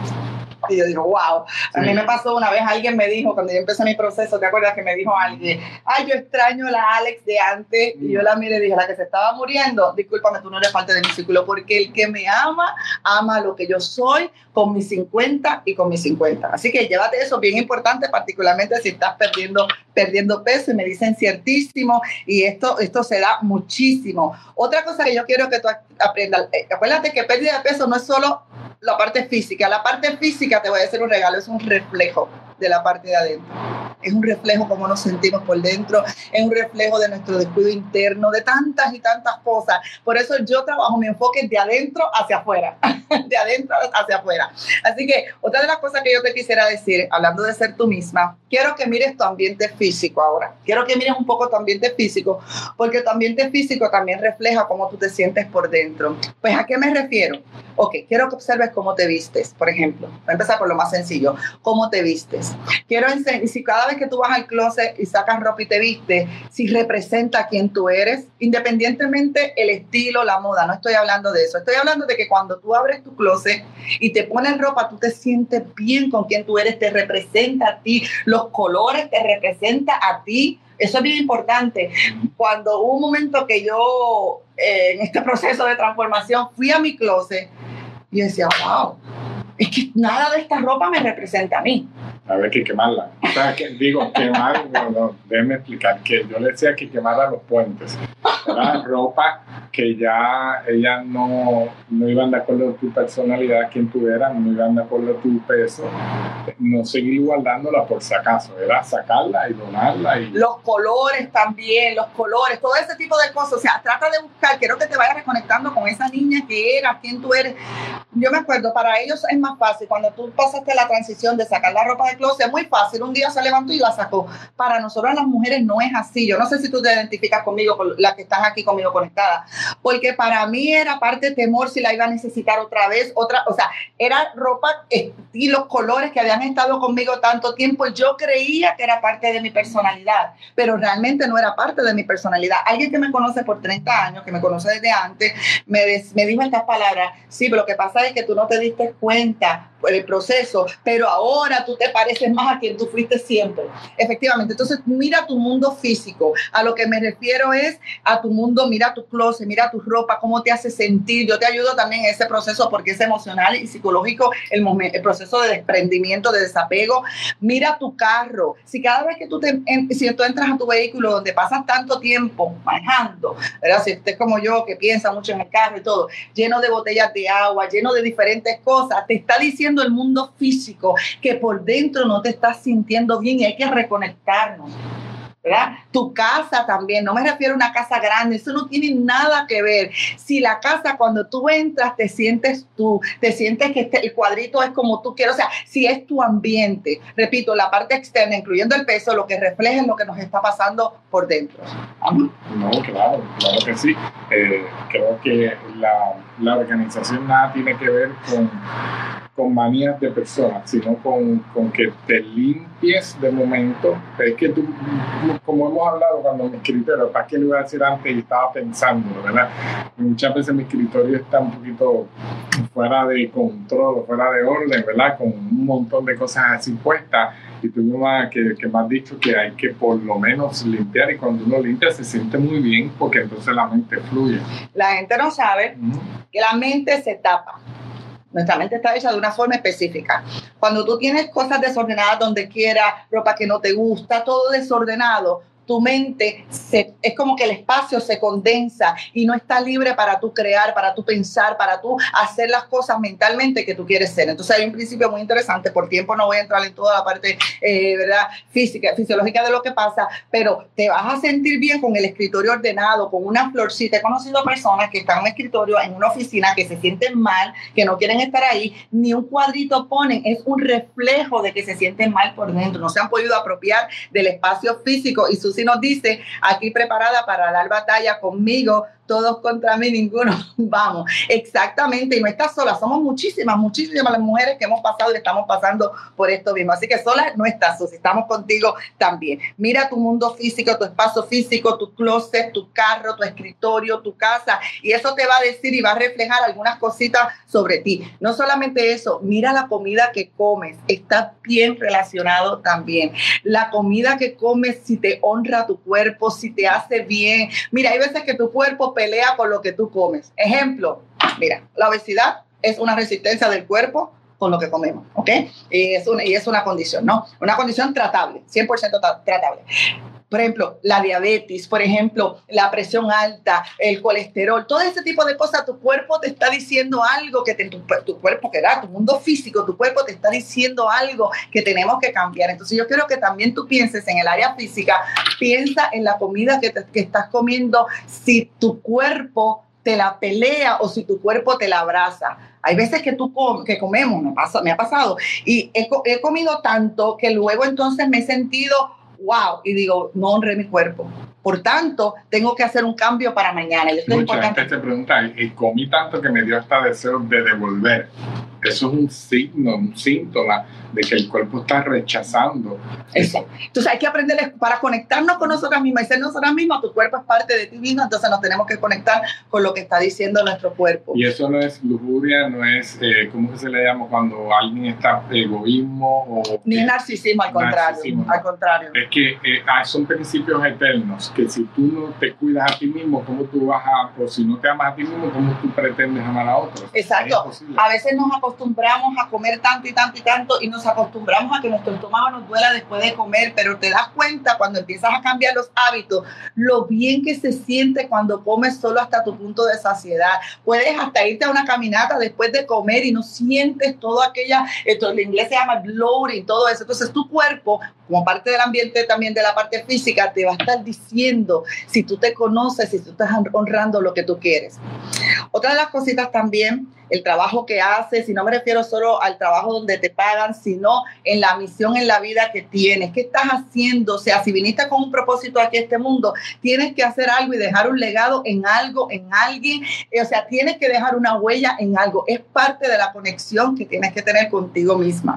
Speaker 1: Y yo digo, wow, a mí me pasó una vez, alguien me dijo, cuando yo empecé mi proceso, ¿te acuerdas que me dijo alguien? Ay, yo extraño a la Alex de antes, y yo la miré y dije, la que se estaba muriendo, discúlpame, tú no eres parte de mi círculo, porque el que me ama, ama lo que yo soy, con mis cincuenta y con mis cincuenta. Así que llévate eso, bien importante, particularmente si estás perdiendo, perdiendo peso, y me dicen ciertísimo, y esto, esto se da muchísimo. Otra cosa que yo quiero que tú aprendas, eh, acuérdate que pérdida de peso no es solo la parte física, la parte física, te voy a hacer un regalo, es un reflejo de la parte de adentro. Es un reflejo cómo nos sentimos por dentro, es un reflejo de nuestro descuido interno, de tantas y tantas cosas. Por eso yo trabajo, mi enfoque es de adentro hacia afuera, de adentro hacia afuera. Así que otra de las cosas que yo te quisiera decir, hablando de ser tú misma, quiero que mires tu ambiente físico ahora. Quiero que mires un poco tu ambiente físico, porque tu ambiente físico también refleja cómo tú te sientes por dentro. Pues, ¿a qué me refiero? Ok, quiero que observes cómo te vistes, por ejemplo. Voy a empezar por lo más sencillo, cómo te vistes. Quiero enseñar, si cada vez que tú vas al closet y sacas ropa y te vistes, si representa quién tú eres, independientemente el estilo, la moda, no estoy hablando de eso. Estoy hablando de que cuando tú abres tu closet y te pones ropa, tú te sientes bien con quién tú eres, te representa a ti, los colores te representa a ti. Eso es bien importante. Cuando hubo un momento que yo, eh, en este proceso de transformación, fui a mi closet y decía, wow, es que nada de esta ropa me representa a mí.
Speaker 2: A ver, que quemarla. O sea, que, digo, quemar, no, no, déjeme explicar, que yo le decía que quemara los puentes. Era ropa que ya ellas no, no iban de acuerdo a tu personalidad, quien tú eras, no iban de acuerdo a tu peso, no seguir guardándola por si acaso, era sacarla y donarla. Y... Los
Speaker 1: colores también, los colores, todo ese tipo de cosas. O sea, trata de buscar, quiero que te vayas reconectando con esa niña que eras, quién tú eres. Yo me acuerdo, para ellos es más fácil, cuando tú pasaste la transición de sacar la ropa de closet, es muy fácil, un día se levantó y la sacó. Para nosotros las mujeres no es así. Yo no sé si tú te identificas conmigo, con las que están aquí conmigo conectadas, porque para mí era parte de temor si la iba a necesitar otra vez, otra, o sea, era ropa, estilos, colores que habían estado conmigo tanto tiempo, y yo creía que era parte de mi personalidad, pero realmente no era parte de mi personalidad. Alguien que me conoce por treinta años, que me conoce desde antes, me, des, me dijo estas palabras: sí, pero lo que pasa es que tú no te diste cuenta por el proceso, pero ahora tú te pareces más a quien tú fuiste siempre. Efectivamente, entonces mira tu mundo físico. A lo que me refiero es a tu mundo, mira tu closet, mira tu ropa, cómo te hace sentir. Yo te ayudo también en ese proceso porque es emocional y psicológico, el, momento, el proceso de desprendimiento, de desapego. Mira tu carro. Si cada vez que tú, te, en, si tú entras a tu vehículo donde pasas tanto tiempo manejando, ¿verdad? Si usted es como yo, que piensa mucho en el carro y todo, lleno de botellas de agua, lleno de diferentes cosas, te está diciendo el mundo físico que por dentro no te estás sintiendo bien y hay que reconectarnos, ¿verdad? Tu casa también, no me refiero a una casa grande, eso no tiene nada que ver. Si la casa, cuando tú entras, te sientes tú, te sientes que este, el cuadrito es como tú quieres, o sea, si es tu ambiente, repito, la parte externa, incluyendo el peso, lo que refleja es lo que nos está pasando por dentro.
Speaker 2: ¿Ah? No, claro, claro que sí. Eh, creo que la, la organización nada tiene que ver con con manías de personas, sino con, con que te limpies de momento. Es que tú, como hemos hablado cuando mi escritorio, para qué lo iba a decir antes y estaba pensando, ¿verdad? Muchas veces mi escritorio está un poquito fuera de control, fuera de orden, ¿verdad? Con un montón de cosas así puestas, y tú misma que, que me has dicho que hay que por lo menos limpiar, y cuando uno limpia se siente muy bien porque entonces la mente fluye.
Speaker 1: La gente no sabe uh-huh. que la mente se tapa. Nuestra mente está hecha de una forma específica. Cuando tú tienes cosas desordenadas donde quiera, ropa que no te gusta, todo desordenado, tu mente se, es como que el espacio se condensa y no está libre para tú crear, para tú pensar, para tú hacer las cosas mentalmente que tú quieres ser. Entonces hay un principio muy interesante, por tiempo no voy a entrar en toda la parte eh, ¿verdad? física, fisiológica de lo que pasa, pero te vas a sentir bien con el escritorio ordenado, con una florcita. He conocido personas que están en un escritorio, en una oficina, que se sienten mal, que no quieren estar ahí, ni un cuadrito ponen, es un reflejo de que se sienten mal por dentro, no se han podido apropiar del espacio físico. Y Susi nos dice, aquí preparada para dar batalla conmigo, todos contra mí, ninguno, vamos, exactamente, y no estás sola, somos muchísimas, muchísimas las mujeres que hemos pasado y estamos pasando por esto mismo, así que sola no estás, Susi, estamos contigo también. Mira tu mundo físico, tu espacio físico, tu closet, tu carro, tu escritorio, tu casa, y eso te va a decir y va a reflejar algunas cositas sobre ti. No solamente eso, mira la comida que comes, está bien relacionado también. La comida que comes, si te honra tu cuerpo, si te hace bien. Mira, hay veces que tu cuerpo pelea con lo que tú comes. Ejemplo, mira, la obesidad es una resistencia del cuerpo con lo que comemos, ¿ok? Y es una, y es una condición, ¿no? Una condición tratable, cien por ciento tratable. Por ejemplo, la diabetes, por ejemplo, la presión alta, el colesterol, todo ese tipo de cosas, tu cuerpo te está diciendo algo, que te, tu, tu cuerpo, que da, tu mundo físico, tu cuerpo te está diciendo algo que tenemos que cambiar. Entonces yo quiero que también tú pienses en el área física, piensa en la comida que, te, que estás comiendo, si tu cuerpo te la pelea o si tu cuerpo te la abraza. Hay veces que tú com que comemos, me, pasa, me ha pasado, y he, he comido tanto que luego entonces me he sentido wow, y digo, no honré mi cuerpo. Por tanto, tengo que hacer un cambio para mañana. Y esto
Speaker 2: Mucha
Speaker 1: es importante.
Speaker 2: gente se pregunta, y comí tanto que me dio hasta deseo de devolver. Eso es un signo, un síntoma de que el cuerpo está rechazando
Speaker 1: eso. eso. Entonces hay que aprender para conectarnos con nosotras mismas y ser nosotras mismas. Tu cuerpo es parte de ti misma, entonces nos tenemos que conectar con lo que está diciendo nuestro cuerpo.
Speaker 2: Y eso no es lujuria, no es, eh, ¿cómo que se le llama cuando alguien está egoísmo? O,
Speaker 1: Ni
Speaker 2: eh,
Speaker 1: narcisismo, al contrario. Narcisismo,
Speaker 2: al
Speaker 1: contrario.
Speaker 2: Es que eh, son principios eternos, que si tú no te cuidas a ti mismo, ¿cómo tú vas a, o si no te amas a ti mismo, cómo tú pretendes amar a otros?
Speaker 1: Exacto. A veces nos acostumbramos a comer tanto y tanto y tanto y nos acostumbramos a que nuestro estómago nos duela después de comer, pero te das cuenta cuando empiezas a cambiar los hábitos, lo bien que se siente cuando comes solo hasta tu punto de saciedad. Puedes hasta irte a una caminata después de comer y no sientes todo aquella, esto en inglés se llama bloating, todo eso. Entonces tu cuerpo, como parte del ambiente también de la parte física, te va a estar diciendo si tú te conoces, si tú estás honrando lo que tú quieres. Otra de las cositas también, el trabajo que haces, y no me refiero solo al trabajo donde te pagan, sino en la misión en la vida que tienes. ¿Qué estás haciendo? O sea, si viniste con un propósito aquí a este mundo, tienes que hacer algo y dejar un legado en algo, en alguien. O sea, tienes que dejar una huella en algo. Es parte de la conexión que tienes que tener contigo misma.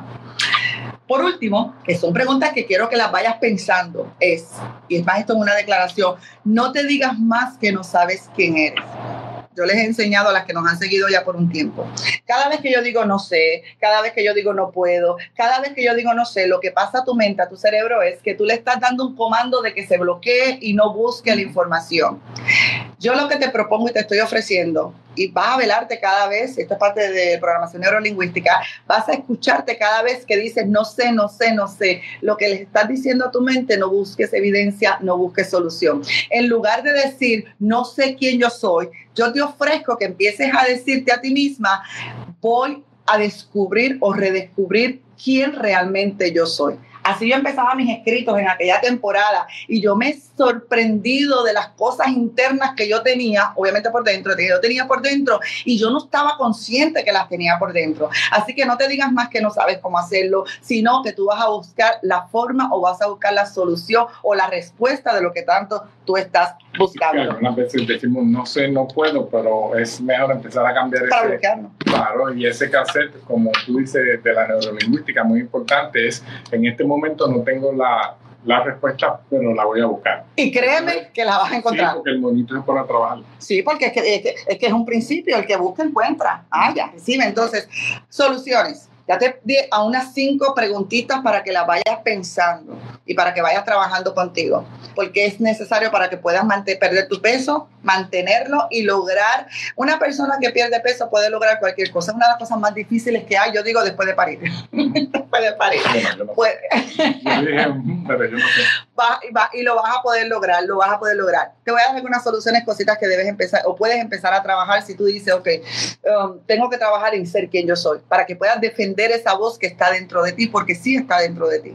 Speaker 1: Por último, que son preguntas que quiero que las vayas pensando, es, y es más, esto es una declaración, no te digas más que no sabes quién eres. Yo les he enseñado a las que nos han seguido ya por un tiempo. Cada vez que yo digo no sé, cada vez que yo digo no puedo, cada vez que yo digo no sé, lo que pasa a tu mente, a tu cerebro, es que tú le estás dando un comando de que se bloquee y no busque la información. Yo lo que te propongo y te estoy ofreciendo, y vas a velarte cada vez, esto es parte de programación neurolingüística, vas a escucharte cada vez que dices no sé, no sé, no sé. Lo que le estás diciendo a tu mente, no busques evidencia, no busques solución. En lugar de decir no sé quién yo soy, yo te ofrezco que empieces a decirte a ti misma, voy a descubrir o redescubrir quién realmente yo soy. Así yo empezaba mis escritos en aquella temporada y yo me he sorprendido de las cosas internas que yo tenía, obviamente por dentro, que yo tenía por dentro y yo no estaba consciente que las tenía por dentro. Así que no te digas más que no sabes cómo hacerlo, sino que tú vas a buscar la forma o vas a buscar la solución o la respuesta de lo que tanto tú estás buscando.
Speaker 2: Sí, algunas veces decimos no sé, no puedo, pero es mejor empezar a cambiar
Speaker 1: para
Speaker 2: ese,
Speaker 1: buscarlo.
Speaker 2: Claro, y ese cassette, como tú dices, de la neurolingüística, muy importante, es en este momento momento no tengo la, la respuesta, pero la voy a buscar.
Speaker 1: Y créeme que la vas a encontrar.
Speaker 2: Sí, porque el monito se pone a trabajar.
Speaker 1: Sí, porque es que, es que, es que es un principio, el que busca encuentra. Ah, ya, recibe. Entonces, soluciones. Ya te di a unas cinco preguntitas para que las vayas pensando y para que vayas trabajando contigo, porque es necesario para que puedas mantener, perder tu peso, mantenerlo y lograr. Una persona que pierde peso puede lograr cualquier cosa. Es una de las cosas más difíciles que hay, yo digo, después de parir. Después de parir.
Speaker 2: Bueno, yo no
Speaker 1: pues,
Speaker 2: sé. Yo dije, pero yo no sé.
Speaker 1: Va, va, y lo vas a poder lograr, lo vas a poder lograr. Te voy a dar algunas soluciones, cositas que debes empezar o puedes empezar a trabajar si tú dices, ok, um, tengo que trabajar en ser quien yo soy, para que puedas defender esa voz que está dentro de ti, porque sí está dentro de ti.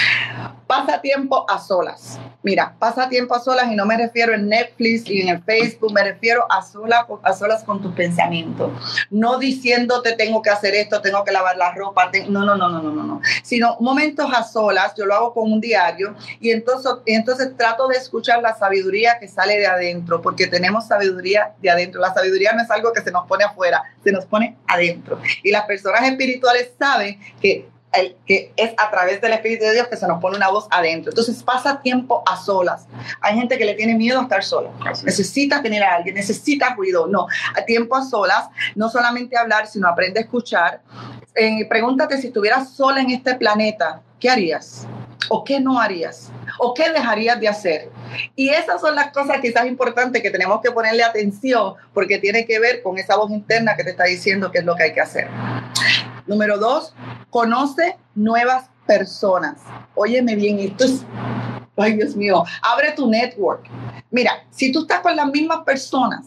Speaker 1: Pasa tiempo a solas. Mira, pasa tiempo a solas y no me refiero en Netflix y en el Facebook, me refiero a solas, a solas con tus pensamientos. No diciéndote tengo que hacer esto, tengo que lavar la ropa, te, no, no, no, no, no, no, sino momentos a solas. Yo lo hago con un diario y entonces, y entonces trato de escuchar la sabiduría que sale de adentro, porque tenemos sabiduría de adentro. La sabiduría no es algo que se nos pone afuera, se nos pone adentro. Y las personas espirituales saben que El, que es a través del Espíritu de Dios que se nos pone una voz adentro. Entonces pasa tiempo a solas. Hay gente que le tiene miedo a estar sola. Así. Necesita tener a alguien, necesita ruido. No, a tiempo a solas, no solamente hablar, sino aprende a escuchar. Eh, pregúntate, si estuvieras sola en este planeta, ¿qué harías? ¿O qué no harías? ¿O qué dejarías de hacer? Y esas son las cosas quizás importantes que tenemos que ponerle atención, porque tiene que ver con esa voz interna que te está diciendo qué es lo que hay que hacer. Número dos, conoce nuevas personas. Óyeme bien, esto es, ay Dios mío, abre tu network. Mira, si tú estás con las mismas personas,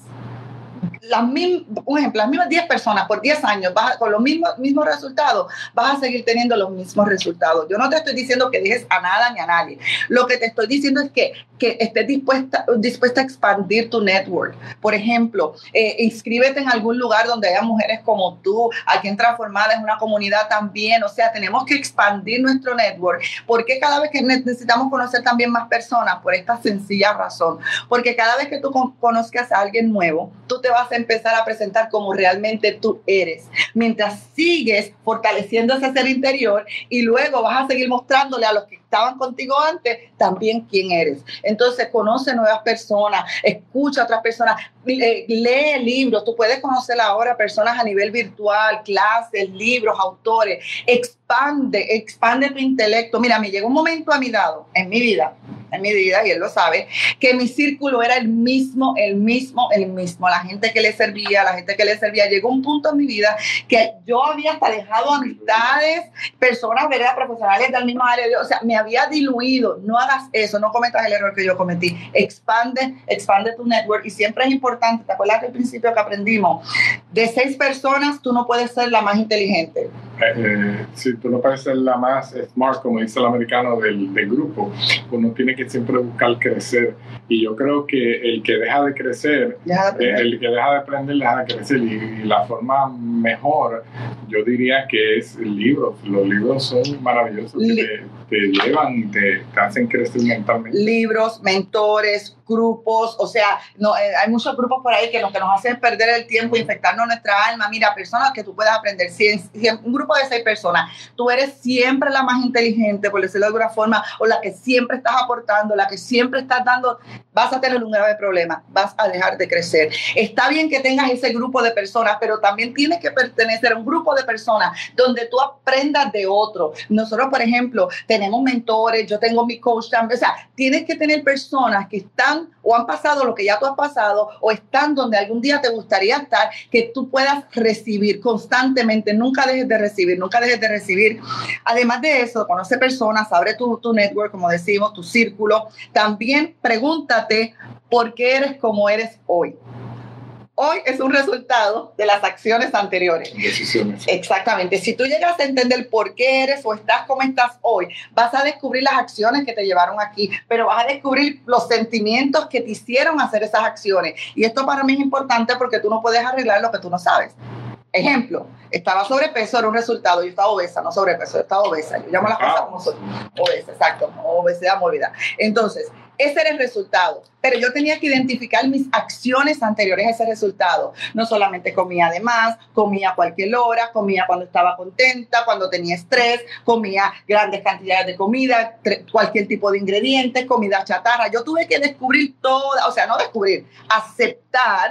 Speaker 1: las mismas, un ejemplo, las mismas diez personas por diez años, vas a, con los mismos, mismos resultados, vas a seguir teniendo los mismos resultados. Yo no te estoy diciendo que dejes a nada ni a nadie. Lo que te estoy diciendo es que, que estés dispuesta, dispuesta a expandir tu network. Por ejemplo, eh, inscríbete en algún lugar donde haya mujeres como tú. Aquí en Transformada es una comunidad también. O sea, tenemos que expandir nuestro network. Porque cada vez que necesitamos conocer también más personas, por esta sencilla razón. Porque cada vez que tú conozcas a alguien nuevo, tú te vas a empezar a presentar como realmente tú eres, mientras sigues fortaleciendo ese ser interior y luego vas a seguir mostrándole a los que estaban contigo antes también quién eres. Entonces conoce nuevas personas, escucha a otras personas, lee, lee libros. Tú puedes conocer ahora personas a nivel virtual, clases, libros, autores. Expande, expande tu intelecto. Mira, me llegó un momento a mi lado, en mi vida, en mi vida, y él lo sabe, que mi círculo era el mismo, el mismo, el mismo. La gente que le servía, la gente que le servía. Llegó un punto en mi vida que yo había hasta dejado amistades, personas, ¿verdad?, profesionales del mismo área. O sea, me había diluido. No hagas eso, no cometas el error que yo cometí. Expande, expande tu network. Y siempre es importante, ¿te acuerdas del principio que aprendimos? De seis personas, tú no puedes ser la más inteligente.
Speaker 2: Eh, eh, si tú no puedes ser la más smart, como dice el americano del, del grupo, uno tiene que siempre buscar crecer. Y yo creo que el que deja de crecer, deja de eh, el que deja de aprender, deja de crecer. Y, y la forma mejor, yo diría que es libros. Los libros son maravillosos, Li- que te, te llevan, te, te hacen crecer mentalmente.
Speaker 1: Libros, mentores, grupos, o sea, no, eh, hay muchos grupos por ahí que lo que nos hacen perder el tiempo, infectarnos nuestra alma. Mira, personas que tú puedas aprender. Si, si un grupo de seis personas, tú eres siempre la más inteligente, por decirlo de alguna forma, o la que siempre estás aportando, la que siempre estás dando, vas a tener un grave problema, vas a dejar de crecer. Está bien que tengas ese grupo de personas, pero también tienes que pertenecer a un grupo de personas donde tú aprendas de otro. Nosotros, por ejemplo, tenemos mentores, yo tengo mi coach también. O sea, tienes que tener personas que están o han pasado lo que ya tú has pasado o están donde algún día te gustaría estar, que tú puedas recibir constantemente. Nunca dejes de recibir, nunca dejes de recibir. Además de eso, conoce personas, abre tu, tu network, como decimos, tu círculo. También pregúntate por qué eres como eres hoy. Hoy es un resultado de las acciones anteriores.
Speaker 2: Decisiones.
Speaker 1: Exactamente. Si tú llegas a entender por qué eres o estás como estás hoy, vas a descubrir las acciones que te llevaron aquí, pero vas a descubrir los sentimientos que te hicieron hacer esas acciones. Y esto para mí es importante porque tú no puedes arreglar lo que tú no sabes. Ejemplo, estaba sobrepeso, era un resultado. Yo estaba obesa, no sobrepeso, yo estaba obesa. Yo llamo las cosas como soy. Obesa, exacto, obesidad mórbida. Entonces, ese era el resultado. Pero yo tenía que identificar mis acciones anteriores a ese resultado. No solamente comía de más, comía a cualquier hora, comía cuando estaba contenta, cuando tenía estrés, comía grandes cantidades de comida, cualquier tipo de ingredientes, comida chatarra. Yo tuve que descubrir toda, o sea, no descubrir, aceptar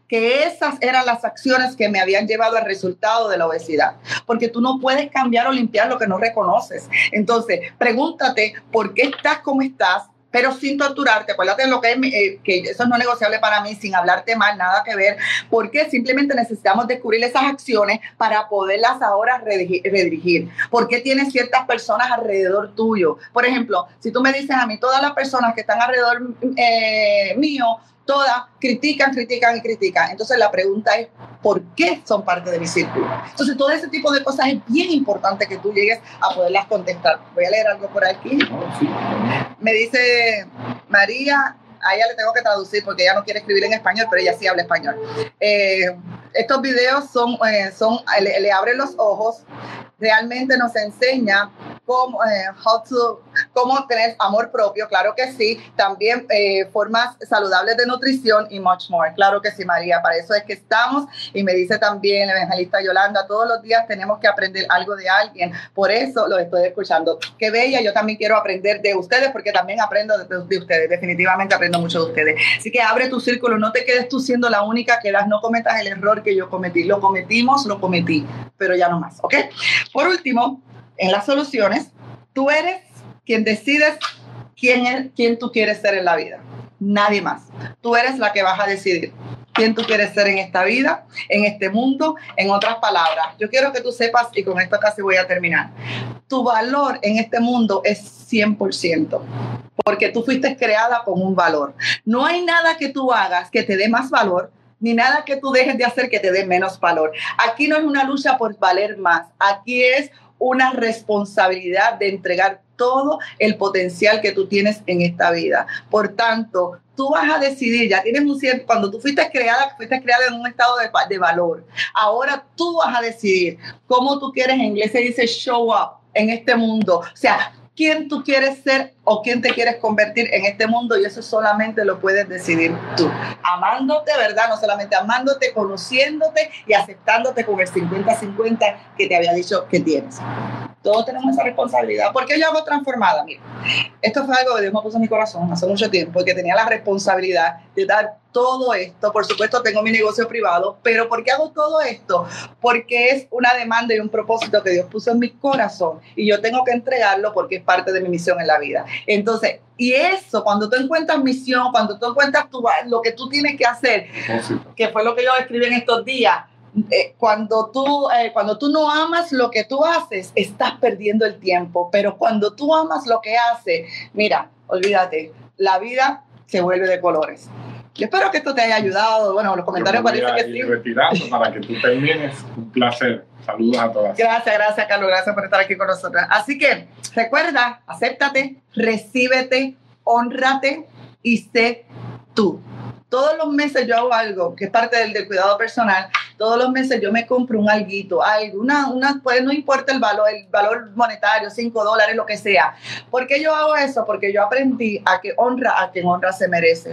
Speaker 1: que esas eran las acciones que me habían llevado al resultado de la obesidad. Porque tú no puedes cambiar o limpiar lo que no reconoces. Entonces, pregúntate por qué estás como estás, pero sin torturarte. Acuérdate de lo que es, eh, que eso no es negociable para mí, sin hablarte mal, nada que ver, porque simplemente necesitamos descubrir esas acciones para poderlas ahora redirigir. redirigir. ¿Por qué tienes ciertas personas alrededor tuyo? Por ejemplo, si tú me dices a mí, todas las personas que están alrededor eh, mío, todas critican, critican y critican. Entonces la pregunta es, ¿por qué son parte de mi círculo? Entonces todo ese tipo de cosas es bien importante que tú llegues a poderlas contestar. Voy a leer algo por aquí.
Speaker 2: Oh, sí.
Speaker 1: Me dice María, a ella le tengo que traducir porque ella no quiere escribir en español, pero ella sí habla español. Eh, estos videos son, eh, son le, le abren los ojos, realmente nos enseña cómo, eh, how to, cómo tener amor propio, claro que sí, también eh, formas saludables de nutrición y much more, claro que sí, María, para eso es que estamos. Y me dice también la evangelista Yolanda, todos los días tenemos que aprender algo de alguien, por eso lo estoy escuchando. Qué bella, yo también quiero aprender de ustedes porque también aprendo de, de ustedes, definitivamente aprendo mucho de ustedes. Así que abre tu círculo, no te quedes tú siendo la única que das, no cometas el error que yo cometí, lo cometimos, lo cometí, pero ya no más, ¿ok? Por último, en las soluciones, tú eres quien decides quién, es, quién tú quieres ser en la vida. Nadie más. Tú eres la que vas a decidir quién tú quieres ser en esta vida, en este mundo. En otras palabras, yo quiero que tú sepas, y con esto casi voy a terminar, tu valor en este mundo es cien por ciento. Porque tú fuiste creada con un valor. No hay nada que tú hagas que te dé más valor, ni nada que tú dejes de hacer que te dé menos valor. Aquí no es una lucha por valer más. Aquí es una responsabilidad de entregar todo el potencial que tú tienes en esta vida. Por tanto, tú vas a decidir, ya tienes un cierto, cuando tú fuiste creada, fuiste creada en un estado de, de valor. Ahora tú vas a decidir cómo tú quieres, en inglés se dice show up en este mundo. O sea, quién tú quieres ser o quién te quieres convertir en este mundo, y eso solamente lo puedes decidir tú. Amándote, ¿verdad? No solamente amándote, conociéndote y aceptándote con el cincuenta cincuenta que te había dicho que tienes. Todos tenemos esa responsabilidad. ¿Por qué yo hago Transformada? Mira, esto fue algo que Dios me puso en mi corazón hace mucho tiempo, porque tenía la responsabilidad de dar todo esto. Por supuesto, tengo mi negocio privado, pero ¿por qué hago todo esto? Porque es una demanda y un propósito que Dios puso en mi corazón y yo tengo que entregarlo porque es parte de mi misión en la vida. Entonces, y eso, cuando tú encuentras misión, cuando tú encuentras tu, lo que tú tienes que hacer, que fue lo que yo escribí en estos días, eh, cuando, tú, eh, cuando tú no amas lo que tú haces, estás perdiendo el tiempo, pero cuando tú amas lo que haces, mira, olvídate, la vida se vuelve de colores. Yo espero que esto te haya ayudado. Bueno, los comentarios parece que sí.
Speaker 2: Retirando para que tú termines. Un placer. Saludos a todas.
Speaker 1: Gracias, gracias, Carlos. Gracias por estar aquí con nosotros. Así que recuerda, acéptate, recíbete, hónrate y sé tú. Todos los meses yo hago algo que es parte del, del cuidado personal. Todos los meses yo me compro un alguito, algo, una, una, pues no importa el valor, el valor monetario, cinco dólares, lo que sea. ¿Por qué yo hago eso? Porque yo aprendí a que honra a quien honra se merece.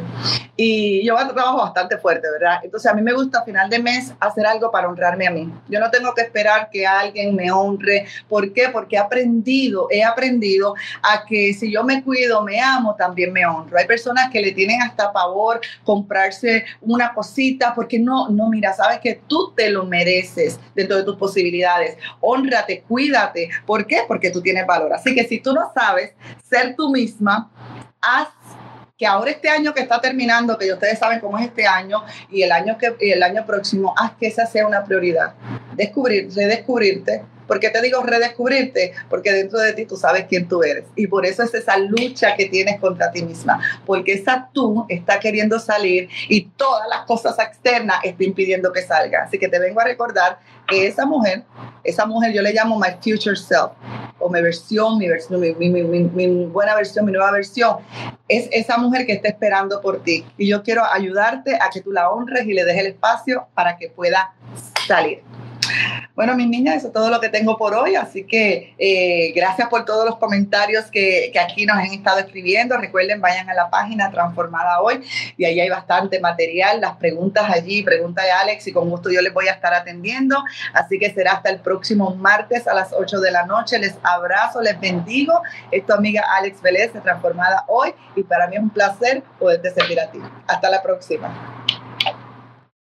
Speaker 1: Y yo trabajo bastante fuerte, ¿verdad? Entonces a mí me gusta a final de mes hacer algo para honrarme a mí. Yo no tengo que esperar que alguien me honre. ¿Por qué? Porque he aprendido, he aprendido a que si yo me cuido, me amo, también me honro. Hay personas que le tienen hasta pavor comprarse una cosita porque no, no, mira, sabes que tú Tú te lo mereces dentro de tus posibilidades. Hónrate, cuídate. ¿Por qué? Porque tú tienes valor. Así que si tú no sabes ser tú misma, haz que ahora este año que está terminando, que ustedes saben cómo es este año y el año, que, y el año próximo, haz que esa sea una prioridad. Descubrir, redescubrirte. ¿Por qué te digo redescubrirte? Porque dentro de ti tú sabes quién tú eres. Y por eso es esa lucha que tienes contra ti misma. Porque esa tú está queriendo salir y todas las cosas externas están impidiendo que salga. Así que te vengo a recordar que esa mujer, esa mujer yo le llamo my future self, o mi versión, mi, versión mi, mi, mi, mi, mi buena versión, mi nueva versión, es esa mujer que está esperando por ti. Y yo quiero ayudarte a que tú la honres y le des el espacio para que pueda salir. Bueno, mis niñas, eso es todo lo que tengo por hoy, así que eh, gracias por todos los comentarios que, que aquí nos han estado escribiendo. Recuerden, vayan a la página Transformada Hoy y ahí hay bastante material, las preguntas allí, pregunta de Alex y con gusto yo les voy a estar atendiendo, así que será hasta el próximo martes a las ocho de la noche. Les abrazo, les bendigo. Es tu amiga Alex Vélez de Transformada Hoy y para mí es un placer poderte servir a ti. Hasta la próxima.